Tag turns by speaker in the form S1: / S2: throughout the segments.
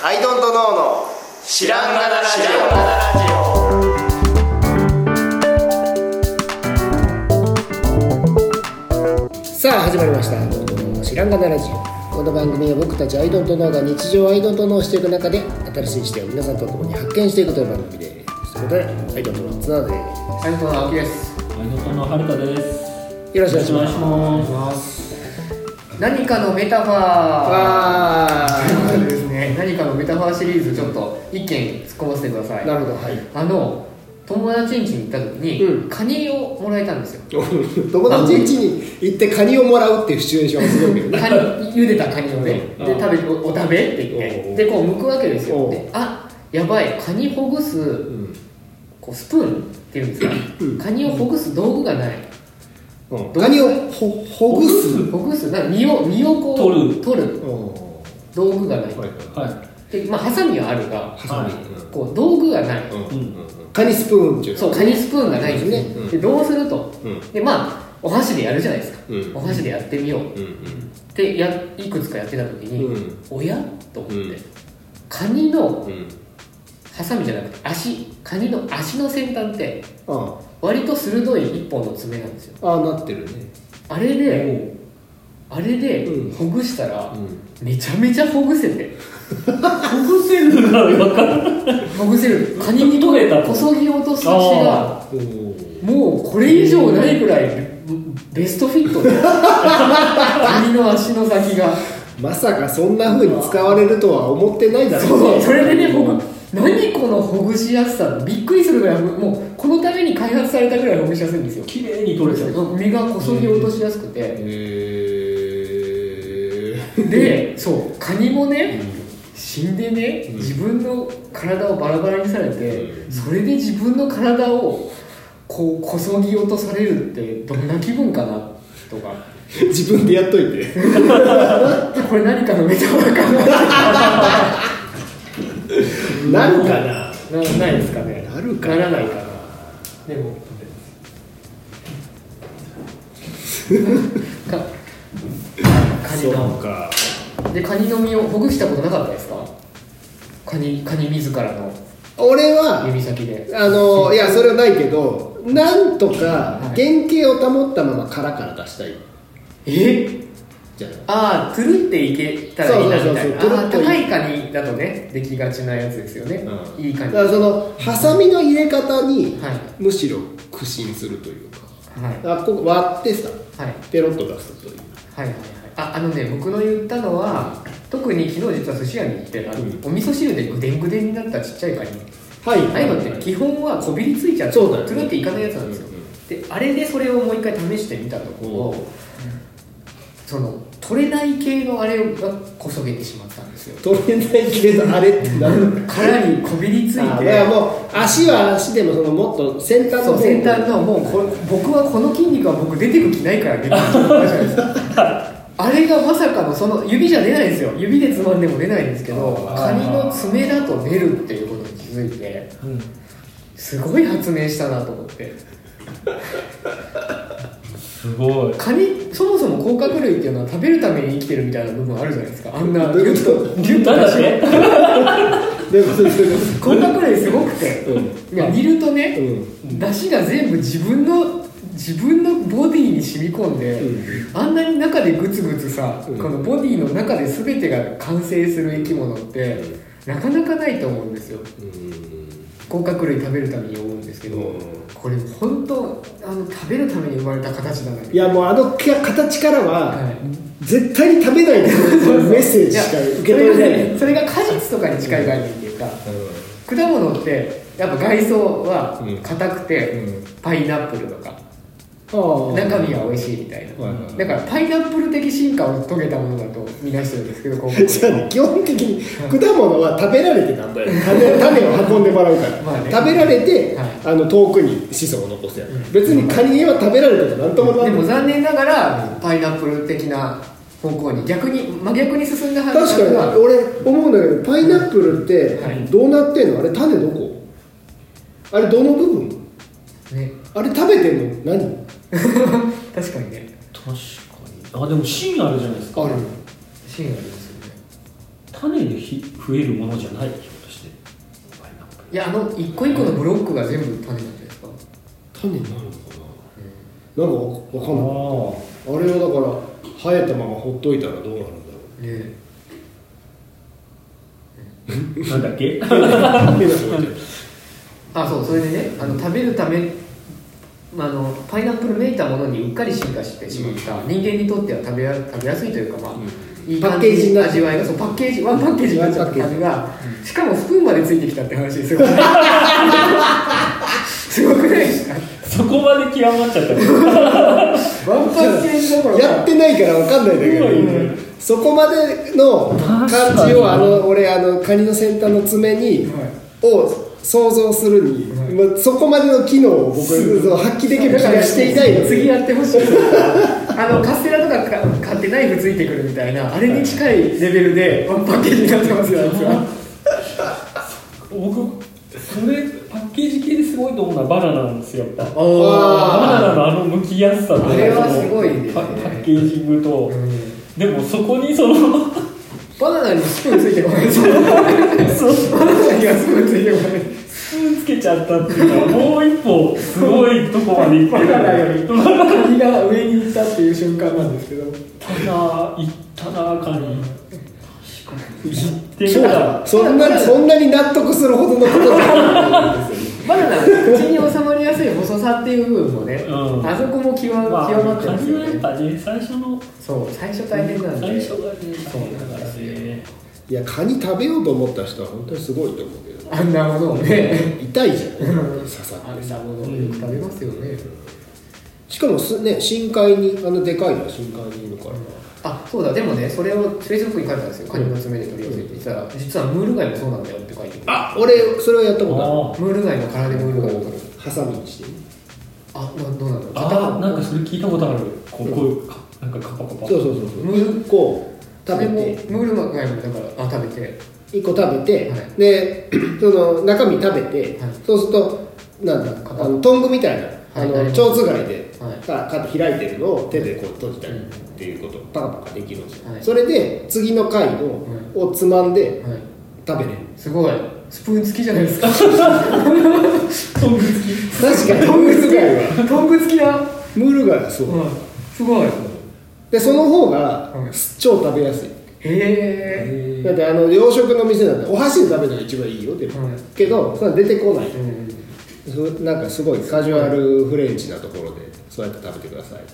S1: アイドントノーの知らんがなラジオ。さあ始まりましたアイドントノーの知らんがなラジオ。この番組は僕たちアイドントノーが日常アイドントノーしていく中で新しい視点を皆さんと共に発見していくという番組です。ということでアイドントノー綱田です。
S2: アイドントノー青木です。
S3: アイドントノーはるかです。
S1: よろしくお願いし
S3: ます。
S2: 何かのメタファーですね。何かのメタファーシリーズちょっと一件突っ込ませてください。
S1: なるほど、はい。
S2: 友達ん家に行った時に、カニをもらえたんですよ。
S1: 友達ん家に行ってカニをもらうっていうシチュエーションはすごいけどね。
S2: 茹でたカニをね、でお食べって言って、でこう剥くわけですよ。で、あ、やばい、カニほぐす、こうスプーンっていうんですか、カニをほぐす道具がない。
S1: カニをほぐす
S2: なんか身をこう取る道具がない。で、まあハサミはあるが、こう道具がない。
S1: カニスプーンっていう。
S2: そう、カニスプーンがないんですね。でどうすると。でまあお箸でやるじゃないですか。お箸でやってみよう。でいくつかやってた時に、おやと思って、カニのハサミじゃなくてカニの足の先端って割と鋭い一本の爪なんですよ。
S1: なってるね。
S2: あれでほぐしたら、めちゃめちゃほぐせて
S3: ほぐせるのが分かる。
S2: ほぐせる。カニにこそぎ落とす足がもうこれ以上ないぐらいベストフィットでカニの足の先が
S1: まさかそんな風に使われるとは思ってないだろうね。
S2: それでね、何このほぐしやすさ、びっくりするぐらい、もうこのために開発されたぐらいほぐしやすいんですよ。
S3: 綺麗に取れちゃう。
S2: 身がこそぎ落としやすくて、で、そう、カニもね、死んでね、自分の体をバラバラにされて、それで自分の体をこうこそぎ落とされるってどんな気分かなとか
S1: 自分でやっといて
S2: これ何かのメタファーか
S1: なるかな。
S2: ないですかね。
S1: なるか
S2: ならないかな。でもカニのカニの身をほぐしたことなかったですか？カニ自らの
S1: 俺は
S2: 指先で
S1: いやそれはないけど、なんとか原型を保ったまま殻から出したい。じゃ
S2: トゥルっていけたらいいなみたいな。高いカニだとねできがちなやつですよね。いいカニ。
S1: だからそのハサミの入れ方にむしろ苦心するというか、ここ割ってさ、ペロッと出すという。
S2: 僕の言ったのは、特に昨日実は寿司屋に行ってお味噌汁でぐでんぐでんになったちっちゃいカニ、ああいうのって基本はこびりついちゃってトゥルっていかないやつなんですよ。であれでそれをもう一回試してみたところ、その取れない系のあれがこそげてしまったんですよ。
S1: 取れない系のあれって
S2: 殻にこびりついて、
S1: だからもう足は足でもそのもっと先端の
S2: 先端のもう僕はこの筋肉は僕出てく気ないから出てくるじゃないですか。あれがまさかのその指じゃ出ないんですよ。指でつまんでも出ないんですけど、カニの爪だと出るっていうことに気づいて、すごい発明したなと思って。
S3: すごい。
S2: カニそもそも甲殻類っていうのは食べるために生きてるみたいな部分あるじゃないですか。あんなギュッと出し甲殻類すごくて、煮るとね、出汁が全部自分のボディに染み込んで、あんなに中でグツグツさ、このボディの中で全てが完成する生き物ってなかなかないと思うんですよ。甲殻類食べるために思うんですけど、これ本当食べるために生まれた形だな。
S1: いやもう形からは、絶対に食べないでメッセージしか受け取れない。
S2: それが果実とかに近い概念っていうか、果物ってやっぱ外装は硬くて、パイナップルとか中身は美味しいみたいな、だからパイナップル的進化を遂げたものだとみなしてるんですけど、
S1: 基本的に果物は食べられてなんだよ。種を運んでもらうから、食べられて、遠くに子孫を残すやつ、別にカニは食べられてもなんともない。
S2: でも残念ながら、パイナップル的な方向に真逆に進んだはず。
S1: 確かに俺思うんだけど、パイナップルってどうなってんの？あれ種どこ？あれどの部分？あれ食べてんの何？
S2: 確かにね。
S3: 確かに。でも芯あるじゃないですか。
S2: ある。芯ありますよね。
S3: 種で増えるものじゃない、ひょっとして。
S2: いや、一個一個のブロックが全部種なんじゃないですか。
S1: 種なのかな、なんかわかんない。あれはだから生えたままほっといたらどうなるんだろう
S2: ね。
S3: なんだっけ
S2: あ、そう、それでね、食べるため、パイナップルめいたものにうっかり進化してしまった人間にとっては食べやすいというか、いい感じに味わいが、そう、ワンパッケージになっちゃった感じが、しかもスプーンまでついてきたって話ですよね。すごくないですか。
S3: そこまで極まっちゃった
S2: ワンパッケージどころか
S1: やってないから分かんないんだけど、そこまでの感じを俺カニの先端の爪に、を想像するに、そこまでの機能を僕発揮できる気がしていないので、
S2: 次やってほしい。カステラとか買ってナイフついてくるみたいな、あれに近いレベルでワンパッケージになってますよ、あいつは。
S3: 僕それパッケージ系ですごいと思うのはバナナなんですよ。バナナの向きやすさと、
S2: あれはすごいですね、
S3: パッケージングと、でもそこに
S2: バナナにスプーンついてこないですよ。バナナにはスプーンついてこない。
S3: スプーンつけちゃったっていうか、もう一歩すごいとこまで行ってる。
S2: バナナよりカニが上に行ったっていう瞬間なんですけど。
S3: 行ったなカニ。
S1: そんなに納得するほどのことじゃないんですよね。
S2: バナナ口に収まりやすい細さっていう部分もね、あそこも極まってますよね。
S3: やっぱね、最初
S2: 大変なんで。
S3: 最初がね、そうだからね。
S1: いや、カニ食べようと思った人は本当にすごいと思うけど、
S2: あんなものをね、
S1: 痛いじゃん、刺さ
S2: あん
S1: ってさ。
S2: なものをよく食べますよね。
S1: しかもね、深海にでかいのは深海にいるから、
S2: あ、そうだ、でもね、それをフェイスブックに書いてたんですよ。カニの爪で取り寄せて言ったら、実はムール貝もそうなんだよって書いてる。
S1: あ、俺それはやったことある。
S2: ムール貝の殻でムール貝を取る。
S1: ハサミにしてね。
S2: どうなの？
S3: なんかそれ聞いたことある。こうなんかカパカパ。
S1: そう
S2: ムール
S1: こう食べて、
S2: ムール貝もだから食べて
S1: 1個食べて、
S2: はい、
S1: でその中身食べて、
S2: はい、
S1: そうするとなんだトングみたいな蝶つがいで、カッと開いてるのを手でこう閉じたりっていうことをパカパカできるんですよ、はい、それで次の貝をつまんで食べれる、
S2: すごいスプーン付きじゃないですか。トング付き。
S1: 確かにトング付きは
S2: トング付きだ。
S1: ムール貝はそう、
S2: すごい。
S1: でその方が超食べやすい。
S2: へえ。
S1: だって洋食の店なんてお箸で食べるのが一番いいよでも、けどそれは出てこない、なんかすごいカジュアルフレンチなところでそうやって食べてくださいって。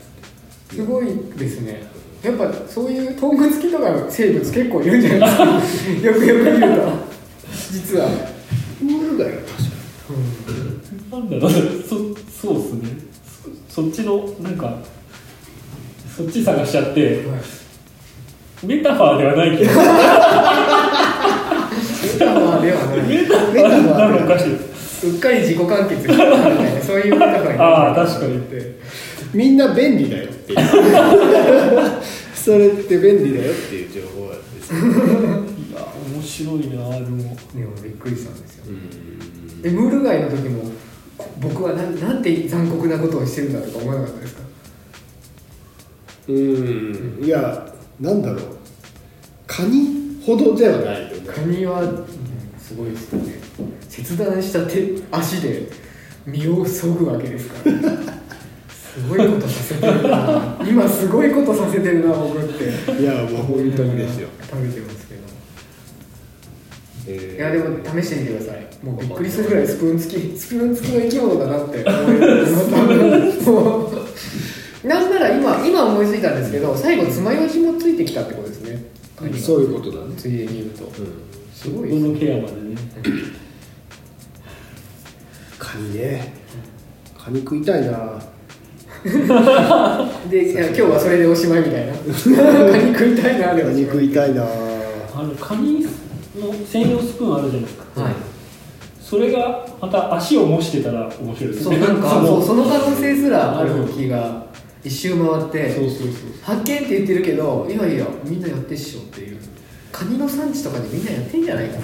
S2: すごいですね。やっぱそういうトング付きとかの生物結構いるんじゃないですか。よく見ると実は
S1: ムール貝は確か
S3: に、なんだろう、そうっすね。そっちのなんかそっち探しちゃって、メタファーではないけど。メ
S2: タファーではない。
S3: メタファーなのかしら。
S2: うっかり自己完結したみたいな、そういうメタファーに
S3: ああ、確かにって。
S1: みんな便利だよっていうそれって便利だよっていう情報ですね。い
S3: や面白いな。でも
S2: びっくりしたんですよ。ムール貝の時も僕はなんて残酷なことをしてるんだとか思わなかったですか？
S1: いや、なんだろう、カニほどではないよね。
S2: カニは、すごいですよね。切断した足で身を削ぐわけですから、すごいことさせてるな。今すごいことさせてるな僕って。
S1: いや、もう本当にですよ。
S2: 食べてますけど。いやでも試してみてください。もうびっくりするぐらいスプーン付きの生き物だなって思います。なんなら今思いついたんですけど、最後爪楊枝もついてきたってことですね。
S1: そういうことだね。
S2: ついでに言うと、すごい
S3: ですね。このケアまでね。
S1: カニね。カニ食いたいな。
S2: で今日はそれでおしまいみたいな。カニ食いたいな。
S1: カニ食いたいな。
S3: カニの専用スプーンあるじゃないですか。
S2: はい。
S3: それがまた足を模してたら面白いですね。
S2: そう、なんかその可能性すらある気が一周回って、発見って言ってるけど、いやいやみんなやってっしょっていう。カニの産地とかでみんなやってんじゃないかな。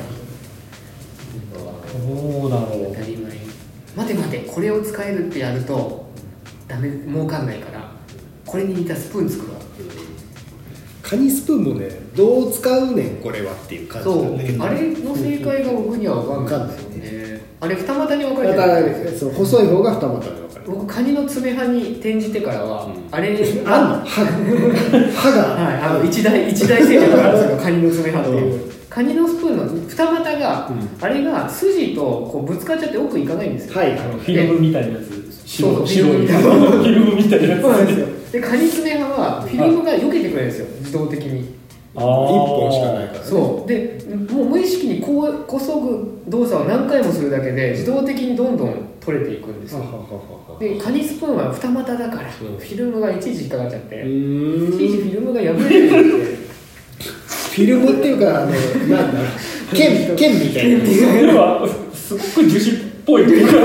S3: どうだろう。
S2: 当たり前。待てこれを使えるってやるとダメ、儲かんないからこれに似たスプーン作ろう。
S1: カニスプーンもねどう使うねんこれはっていう感じなんだけど、
S2: あれの正解が僕には分かんないですよね。あれ二股に分かれて
S1: ま
S2: るんですよ。
S1: た細い方が二股で分かる。
S2: 僕カニの爪刃に転じてからは、あれ
S1: あんの歯が
S2: はい、一大勢力なんですよカニの爪刃っていう、カニのスプーンの二股が、あれが筋とこうぶつかっちゃって奥行かないんですよ。
S1: はい、
S3: フィルムみたいなやつ。
S2: そうフィルムみたいな
S3: フィルムみたいなやつ。
S2: そうなんですよ。でカニ爪刃はフィルムが避けてくれるんですよ、自動的に。
S1: 一本しかないから、ね、
S2: そうでもう無意識にこそぐ動作を何回もするだけで自動的にどんどん取れていくんですよ。でカニスプーンは二股だから、フィルムがいちいち引っかかっちゃっていちいちフィルムが破れてるって
S1: フィルムっていうかなんだ剣みたいな
S3: 要はすごく樹脂っぽいっていうか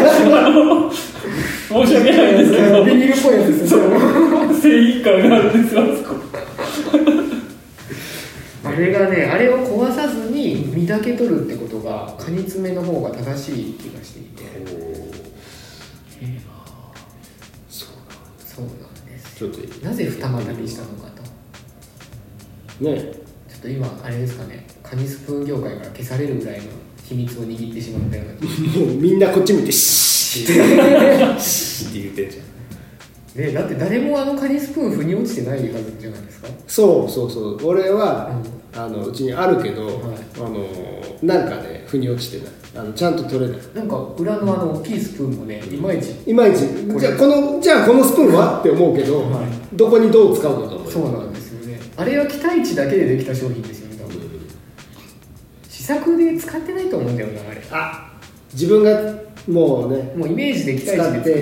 S3: 申し訳ないんですけど
S2: ビニールっぽいやつですよね。
S3: 繊維感があるんですよあそこ。
S2: あれがね、あれを壊さずに身だけ取るってことがカニ爪の方が正しい気がしていて、そうなんです
S1: ちょっと
S2: なぜ二股にしたのかと
S1: ね。
S2: ちょっと今あれですかね、カニスプーン業界から消されるぐらいの秘密を握ってしまったような気が
S1: もうみんなこっち見てシーってシーって言ってんじゃん
S2: ね、だって誰もあのカニスプーン腑に落ちてないはずじゃないですか。
S1: そう俺は、うちにあるけど、
S2: はい、
S1: なんかね腑に落ちてないちゃんと取れない。
S2: なんか裏の大きいスプーンもねいまいち
S1: じゃあこのスプーンはって思うけど、
S2: はい、
S1: どこにどう使うのと思う。
S2: そうなんですよね。あれは期待値だけでできた商品ですよね多分、試作で使ってないと思うんだよなあれ。
S1: 自分がもうね
S2: もうイメージで期待値で作って、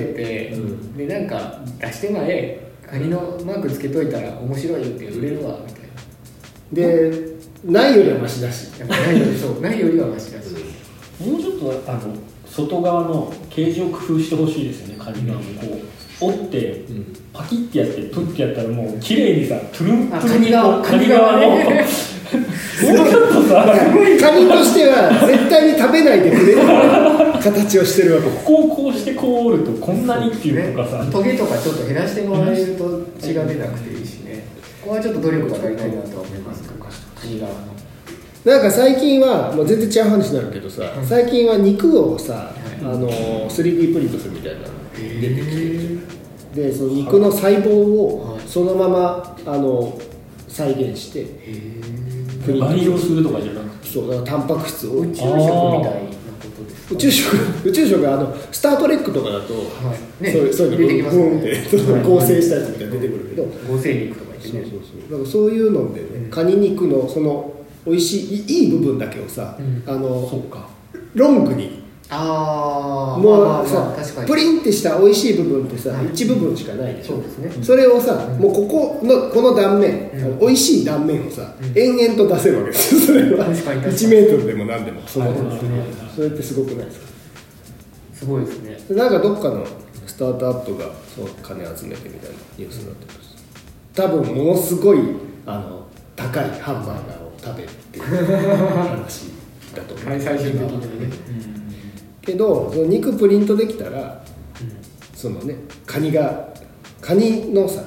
S2: でなんか出してまえカニのマークつけといたら面白いって売れるわみたいな。
S1: でないよりはマシだし
S2: ないよりはマシだし、
S3: もうちょっと外側のケージを工夫してほしいですよね。カニ側もこう折って、パキッてやってプッてやったらもう綺麗にさトゥルントゥルン
S2: カニ側ね
S3: もうちょっとさ
S1: カニとしては絶対に食べないでくれる形をしてるわけ。
S3: ここをこうしてこう折るとこんなにっていうとかさ、
S2: トゲとかちょっと減らしてもらえると血が出なくていいしね。ここはちょっと努力が足りないなとは思いますけど、カニ側の
S1: なんか最近はもう全然違う話になるけどさ、最近は肉をさ、3D プリントするみたいなのが出てきて、でその肉の細胞をそのまま再現して
S3: プリント培養するとかじゃなくて、
S1: そうだからタンパク質を
S2: 宇宙食みたいなことですか。
S1: 宇宙食スタートレックとかだと、そういうのブンって合成したやつみたいな出てくるけど、
S2: 合成肉とか言ってね、
S1: だからそういうのでね、カニ肉のその美味しいいい部分だけをさ、
S3: そうか
S1: ロングにもうさ、プリンってした美味しい部分ってさ、一部分しかないでしょ。
S2: そうですね。
S1: それをさ、もうこの断面、美味しい断面をさ、延々と出せるわけですよ。それは1メートルでも何でもそれってすごくないですか。
S2: すごいですね。
S1: なんかどっかのスタートアップがそう金集めてみたいなニュースになってます。多分ものすごい高いハンバーガーを食べるっていう話だと思う。
S2: 最終的にね。
S1: けどその肉プリントできたら、そのねカニのさ、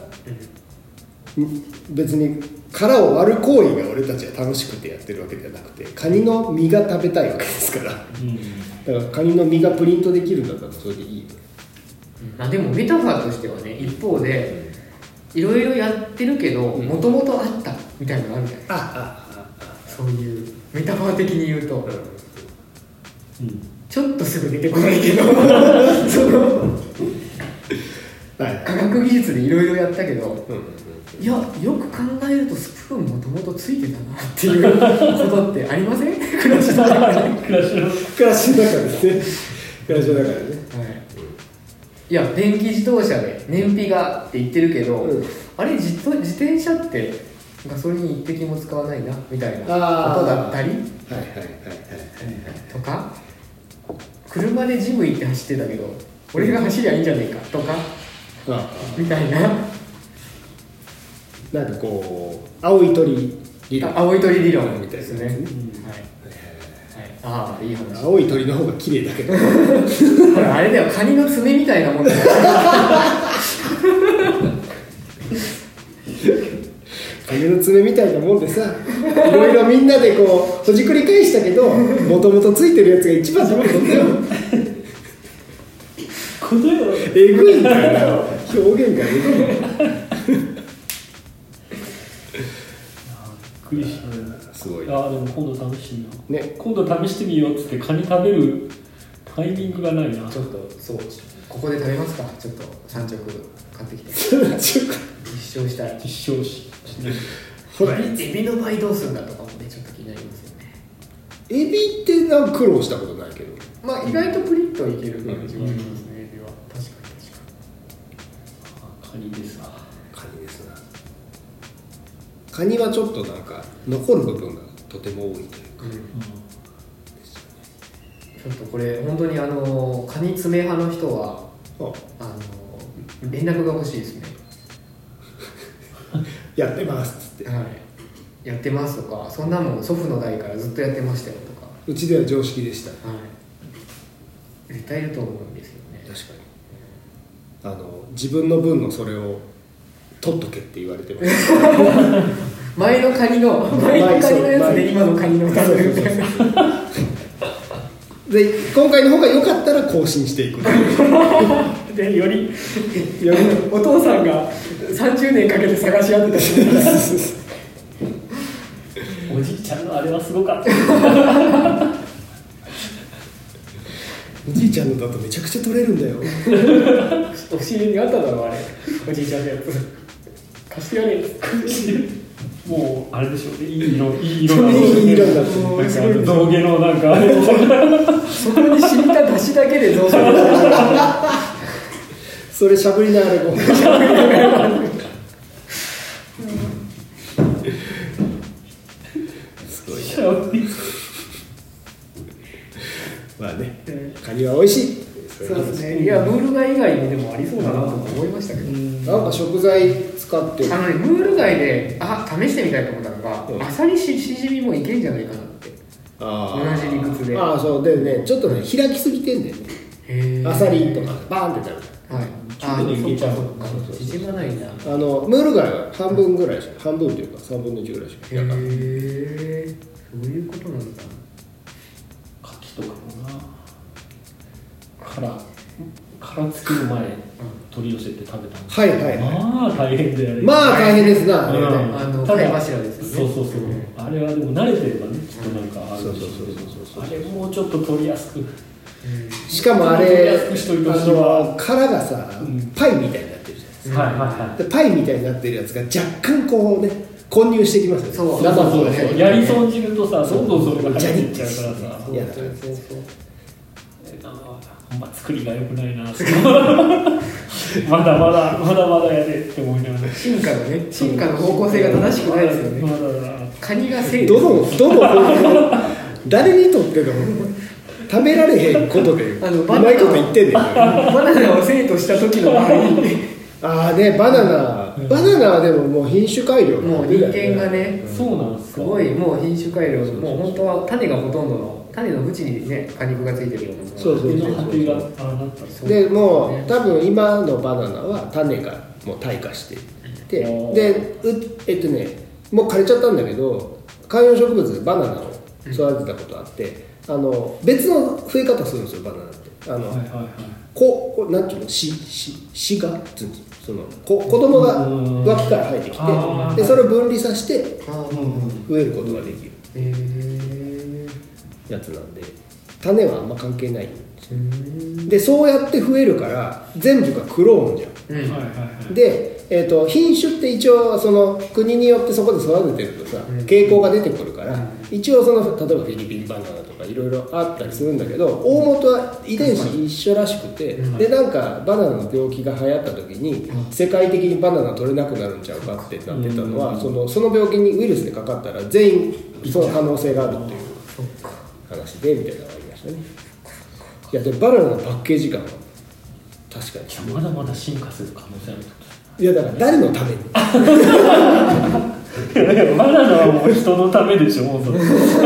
S1: 別に殻を割る行為が俺たちは楽しくてやってるわけじゃなくて、カニの身が食べたいわけですから、だからカニの身がプリントできるんだったらそれでいいよ。
S2: でもメタファーとしてはね、一方でいろいろやってるけどもともとあったみたいなのがあるじゃないですか。そういうメタファー的に言うと、ちょっとすぐ出てこないけどその科学技術でいろいろやったけど、いやよく考えるとスプーンもともとついてたなっていうことってありません？暮らしの中で
S1: 暮らしの中ですね。暮らしの中でね、
S2: いや電気自動車で燃費がって言ってるけど、あれ自転車ってガソリン一滴も使わないなみたいなことだったりとか、車でジム行って走ってたけど俺が走りゃいいんじゃねえかとかみたいな、
S1: なんかこう青い鳥理論みたいですね。
S2: ああいい話。
S1: 青い鳥の方が綺麗だけど
S2: ほらあれだよ、カニの爪みたいなもんだよ
S1: カニ犬の爪みたいなもんでさ、いろいろみんなでこうほじくり返したけど、もともとついてるやつが一番ダメなんだよ。えぐいんだよ、表現がえぐいんだよ。
S3: びっくりしたね。
S1: すごい。
S3: でも今度試してみよう。
S1: ね、
S3: 今度試してみようっつってカニ食べるタイミングがないな。
S2: ちょっとそうここで食べますか。ちょっと3着買ってきて実証したい。
S3: 実証しない。
S1: ほら、
S2: エビの場合どうするんだとかもねちょっと気になりますよね。
S1: エビってなんか苦労したことないけど、
S2: まあ意外とプリッといける感じがありますね、エビは。確かに
S3: カニですわ。
S1: カニですな。カニはちょっとなんか残る部分がとても多いというか、
S2: ちょっとこれ本当にカニ爪派の人は連絡が欲しいですね。
S1: やってますっつって、
S2: はい、やってますとか、そんなもん祖父の代からずっとやってましたよとか、
S1: うちでは常識でした。
S2: はい、絶対いると思うんですよね。
S1: 確かに自分の分のそれを取っとけって言われてます。
S2: 前のカニのやつで今のカニの食べるみたいな。
S1: で今回の方が良かったら更新していく。
S3: でより
S2: お父さんが30年かけて探し当てたし
S3: おじいちゃんのあれはすごかった。
S1: おじいちゃんのだとめちゃくちゃ取れるんだよ。
S2: お尻にあっただろあれ、おじいちゃんのやつ貸してやれ。
S3: もうあれでしょうね、いい色な
S1: いい色になってる。
S3: なんか象牙のなんかあれ
S2: そこに染みた出汁だけで増殖
S1: それしゃぶりながらご飯。すごいね。まあね、カニは美味しい。
S2: そうですね。いやムール貝以外にでもありそうだなと思いましたけど、
S1: なんか食材使って
S2: ムール貝で試してみたいと思ったのが、アサリしじみもいけんじゃないかなって。同じ理屈で。
S1: そうでね、ちょっとね開きすぎてんだよね。アサリとかバーンってなる。
S2: はい。いけちゃう。縮まないんだ。
S1: ムール貝は半分ぐらいしか、半分というか3分の1ぐらいしか焼かない。
S2: そういうことなんだ。
S3: カキとかもな。殻付きの前取り寄せて食べたんです。
S1: はい。
S3: まあ大変であれ。
S1: まあ大変ですな。
S2: 貝柱ですよね。
S3: そう。あれはでも慣れてればね、ちょっとなんかあるんでしょうけど、あれもうちょっと取りやすく。
S1: しかもあれ殻がさ、パイみたいになってるじゃないですか。でパイみたいになってるやつが若干こうね混入してきますよね。
S3: そうやり損じるとさ、どんどんそれが入っていっちゃうからさ。
S1: 嫌だ。
S3: 作りが良くないな。まだやでって思いながら。
S2: 進化の方向性が正しくないですよね。カニが生
S1: どの誰にとっての食べられへんことでうまいこと言ってんねん。バ
S2: ナナを生とした時の場合
S1: バナナはでももう品種改良
S2: もう人間がね、
S3: そうなんですか。
S2: すごいもう品種改良、もう本当は種がほとんどの種の縁にね果肉がついてるようなもの。
S1: そうでもう多分今のバナナは種がもう退化していってでもう枯れちゃったんだけど、観葉植物バナナを育てたことあって、別の増え方するんですよバナナって。なんていうの、しがその子供が脇から生えてきて、でそれを分離させて増えることができるやつなんで、種はあんま関係ないんですよ。でそうやって増えるから全部がクローンじゃん。で品種って一応その国によってそこで育ててるとさ、傾向が出てくるから、一応その例えばフィリピンバナナとかいろいろあったりするんだけど、大元は遺伝子一緒らしくて、でなんかバナナの病気が流行った時に世界的にバナナ取れなくなるんちゃうかってなってたのは、その病気にウイルスでかかったら全員その可能性があるっていう話でみたいなのがありましたね。いやでもバナナのパッケージ感は確かに
S3: まだまだ進化する可能性ある。
S1: いやだから誰のために
S3: バナナはもう人のためでしょ。もう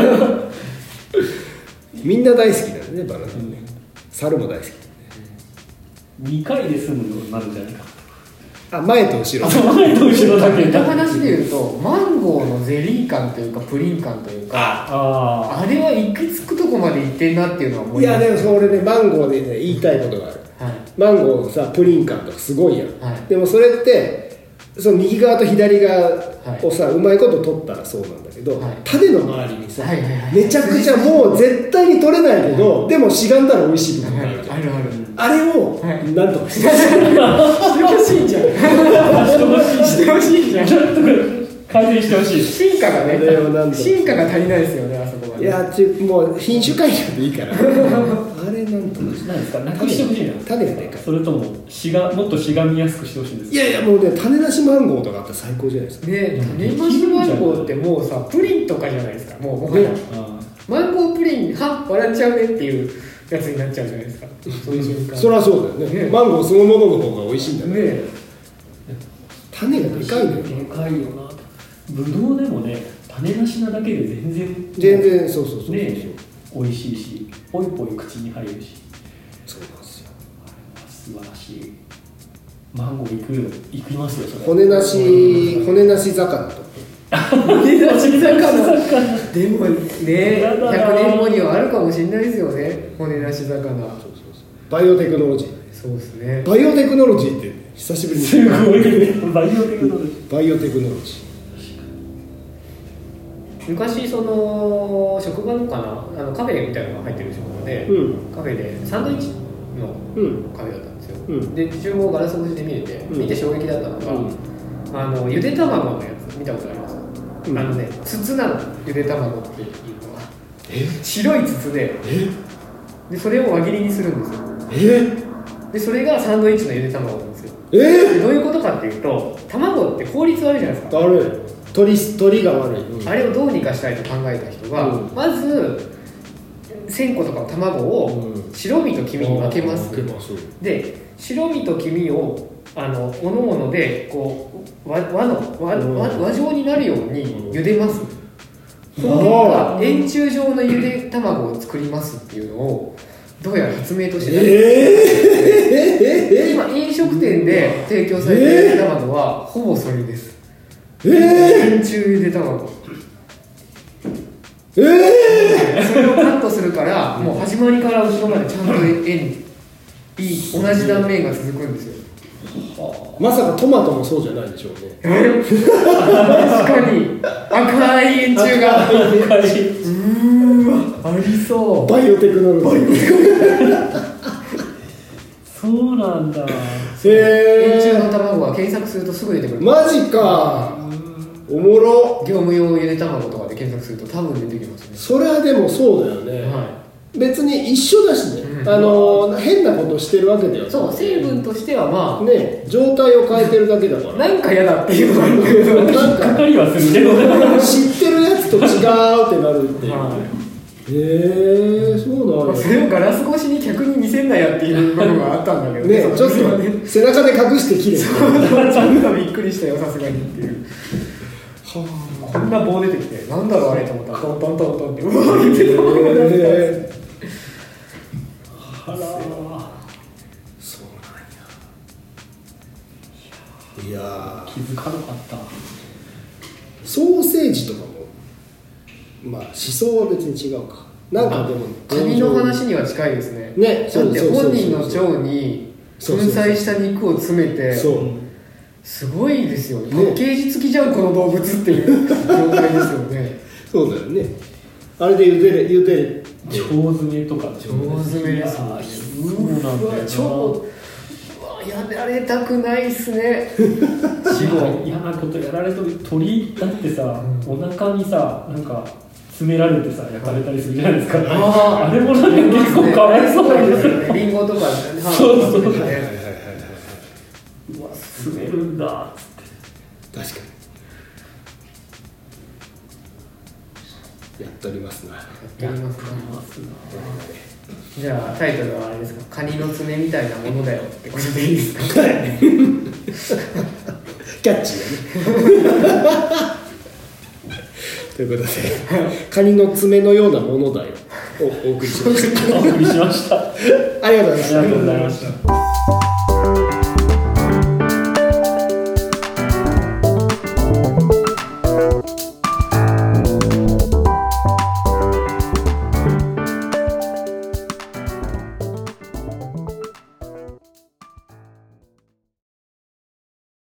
S1: みんな大好きだよねバナナね。猿も大好きだね。
S3: 2回で済むようになるんじゃないか。
S1: 前と後ろ
S3: 前と後ろだけ
S2: 似た話でいうとマンゴーのゼリー感というかプリン感というかあれは行き着くとこまで行ってんなっていうのは思います。
S1: いやでもそれねマンゴーでね言いたいことがある、はい、マンゴーのさプリン感とかすごいやん、はい、でもそれってその右側と左側をさ、うまいこと取ったらそうなんだけど、種の周りにさ、めちゃくちゃもう絶対に取れないけど、でもしがんだら美味しい部分があるじゃん、あれをなんとかして
S2: ほしいんじゃんしてほしいんじゃん
S3: 改善してほしい。
S2: 進化がね進化が足りないですよね、あそこは、ね、
S1: いやもう品種改良でいいからあれなんとかして
S3: なんですか、なくしてほしいな。
S1: 種がでかい。そ
S3: れとももっとしがみやすくしてほしいんですか。
S1: いやもうね、種なしマンゴーとかあったら最高じゃないですか
S2: ね。種なしマンゴーってもうさプリンとかじゃないですか、もうはや、マンゴープリンは笑っちゃうねっていうやつになっちゃうじゃないですかそういう瞬間。
S1: そりゃそうだよね、マンゴーそのものの方が美味しいんだね。種がでかいのよ。
S3: でかいよな。ぶどうでもね、種なしなだけで全
S1: 然そう
S3: ね、美味しいし、ポイポイ口に入るし。
S1: そうなんですよ。
S3: 素晴らしい。マンゴー行きますよ。それ
S1: 骨なし魚と。
S2: 骨なし魚。でもね、100年後にはあるかもしれないですよね。骨なし魚。
S1: バイオテクノロジー。
S2: そうですね。
S1: バイオテクノロジーって久しぶりに。
S3: すごい。バイオテクノロジー。
S1: バイオテクノロジー。
S2: 昔その職場のカフェみたいなのが入ってる職場で、カフェでサンドイッチのカフェだったんですよ、で厨房ガラス越しで見て衝撃だったのが、ゆで卵のやつ見たことあります？筒なの、ゆで卵っていうのは白い筒でそれを輪切りにするんですよ。でそれがサンドイッチのゆで卵なんですよ。でどういうことかっていうと、卵って効率悪いじゃないですか。
S1: 悪い。鳥が悪い、
S2: あれをどうにかしたいと考えた人が、まず1000個とかの卵を白身と黄身に分けます、で白身と黄身をおのおのでこう輪状になるように茹でます、その結果円柱状のゆで卵を作りますっていうのをどうやら発明として今飲食店で提供されているゆで卵はほぼそれです。円柱ゆで卵、それをカットするからもう始まりから後ろまでちゃんと同じ断面が続くんですよ。
S1: まさかトマトもそうじゃないでしょうね。
S2: 確かに赤い円柱がありそう。
S1: バイオテクノロジー
S3: そうなんだ。
S2: 円柱の卵は検索するとすぐ出てくる。
S1: マジか。おもろ。
S2: 業務用ゆで卵とかで検索すると多分出てきますね。
S1: それはでもそうだよね、別に一緒だしね、変なことしてるわけでは。
S2: そう、成分としてはまあ
S1: ね、状態を変えてるだけだから
S2: なんか嫌だっていうのがあるけど
S3: 引っかかりはするけど
S1: 知ってるやつと違うってなるっていう、そうなんや。
S2: それをガラス越しに客に見せんなやっていう部分があったんだけど
S1: ね、ちょっと背中で隠してきれい。ちょ
S2: っとびっくりしたよ、さすがにっていう。こんな棒出てきて、なんだろうあれと思ったらトントントントンってうわーって
S1: そうなんや。いや
S3: 気づかなかった。
S1: ソーセージとかもまあ思想は別に違うか。なんかでも
S2: カニの話には近いですね。だって本人の腸に粉砕した肉を詰めて、すごいですよね。パッケージ付きじゃんこの動物っていう状態ですよね。
S1: そうだよね。あれで茹でる
S3: 腸詰めとか。
S2: 腸詰めですもんね。
S3: そうなんだよ
S2: な。やられたくないっすね。
S3: 嫌なことやられとる。鳥だってさ、お腹にさなんか詰められてさ焼かれたりするじゃないですか。あれもなんか結構かわいそうですよね。
S2: リンゴとか
S3: そううわ詰めるんだっつって。
S1: 確かにやっておりますな。
S2: じゃあタイトルはあれですか、カニの爪みたいなものだよってことでいいですか？
S1: キャッチーだね。ということでカニの爪のようなものだよをお送りしました。
S3: お送りしました。
S1: ありがとうございました。
S3: ありがとうございました。